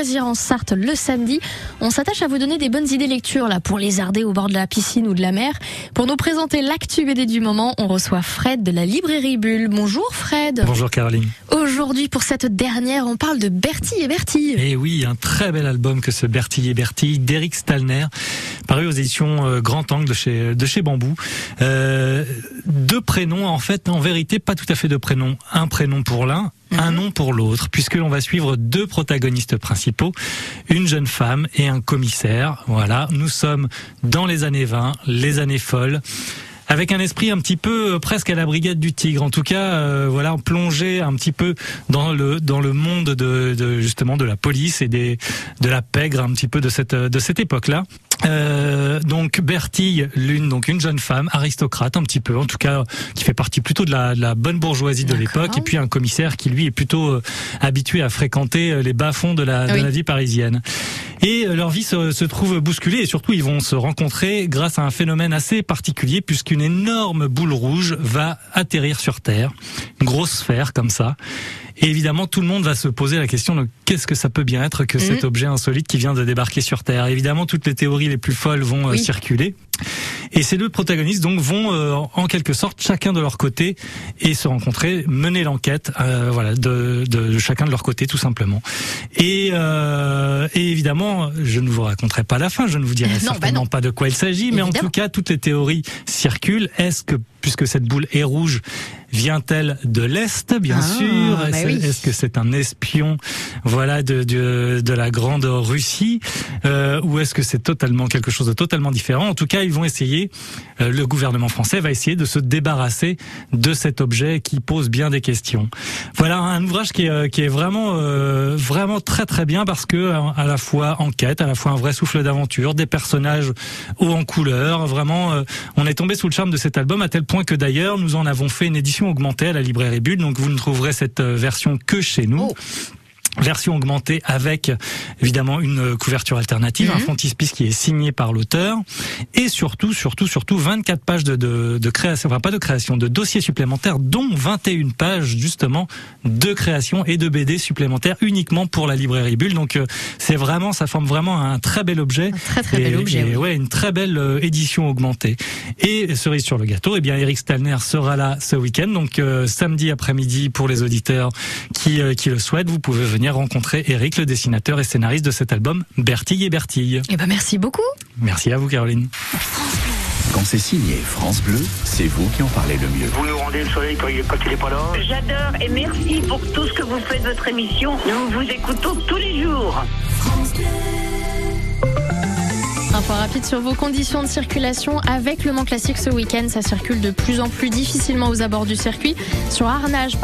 Choisir en Sarthe le samedi. On s'attache à vous donner des bonnes idées lecture là pour lézarder au bord de la piscine ou de la mer. Pour nous présenter l'actu BD du moment, on reçoit Fred de la librairie Bulle. Bonjour Fred. Bonjour Caroline. Aujourd'hui, pour cette dernière, on parle de Bertille et Bertille. Et oui, un très bel album que ce Bertille et Bertille d'Éric Stallner, paru aux éditions Grand Angle de chez Bambou. Deux prénoms, en fait, en vérité, pas tout à fait deux prénoms. Un prénom pour l'un, un nom pour l'autre, puisque l'on va suivre deux protagonistes principaux, une jeune femme et un commissaire. Voilà, nous sommes dans les années 20, les années folles, avec un esprit un petit peu presque à la Brigade du Tigre. En tout cas, voilà, plongé un petit peu dans le monde justement de la police et de la pègre un petit peu de cette époque-là. Donc Bertille, une jeune femme aristocrate un petit peu, en tout cas qui fait partie plutôt de la bonne bourgeoisie de l'époque, et puis un commissaire qui lui est plutôt habitué à fréquenter les bas-fonds de la vie parisienne. Et leur vie se trouve bousculée, et surtout ils vont se rencontrer grâce à un phénomène assez particulier, puisqu'une énorme boule rouge va atterrir sur Terre, une grosse sphère comme ça. Et évidemment, tout le monde va se poser la question de qu'est-ce que ça peut bien être que cet objet insolite qui vient de débarquer sur Terre. Et évidemment, toutes les théories les plus folles vont circuler. Et ces deux protagonistes donc vont en quelque sorte chacun de leur côté et se rencontrer, mener l'enquête, de chacun de leur côté tout simplement. Et évidemment, je ne vous raconterai pas la fin, je ne vous dirai certainement pas de quoi il s'agit, mais en tout cas, toutes les théories circulent. Est-ce que, puisque cette boule est rouge, vient-elle de l'Est, bien sûr? Est-ce que c'est un espion, de la grande Russie, ou est-ce que c'est totalement quelque chose de totalement différent? En tout cas, ils vont essayer, le gouvernement français va essayer de se débarrasser de cet objet qui pose bien des questions. Voilà un ouvrage qui est vraiment très très bien, parce que à la fois enquête, à la fois un vrai souffle d'aventure, des personnages hauts en couleur. Vraiment, on est tombé sous le charme de cet album, à tel point que d'ailleurs nous en avons fait une édition augmentée à la librairie Bulle, donc vous ne trouverez cette version que chez nous. Version augmentée avec évidemment une couverture alternative, un frontispice qui est signé par l'auteur, et surtout 24 pages de création, de dossiers supplémentaires, dont 21 pages justement de création et de BD supplémentaires uniquement pour la librairie Bulle. Donc ça forme vraiment un très bel objet, une très belle édition augmentée. Et cerise sur le gâteau, Éric Stallner sera là ce week-end, donc samedi après-midi pour les auditeurs qui le souhaitent. Vous pouvez venir rencontrer Éric, le dessinateur et scénariste de cet album Bertille et Bertille. Merci beaucoup. Merci à vous Caroline. Quand c'est signé France Bleu, c'est vous qui en parlez le mieux. Vous nous rendez le soleil quand il n'est pas là. J'adore et merci pour tout ce que vous faites de votre émission. Nous vous écoutons tous les jours. Info rapide sur vos conditions de circulation avec le Mans Classique ce week-end. Ça circule de plus en plus difficilement aux abords du circuit. Sur Arnage,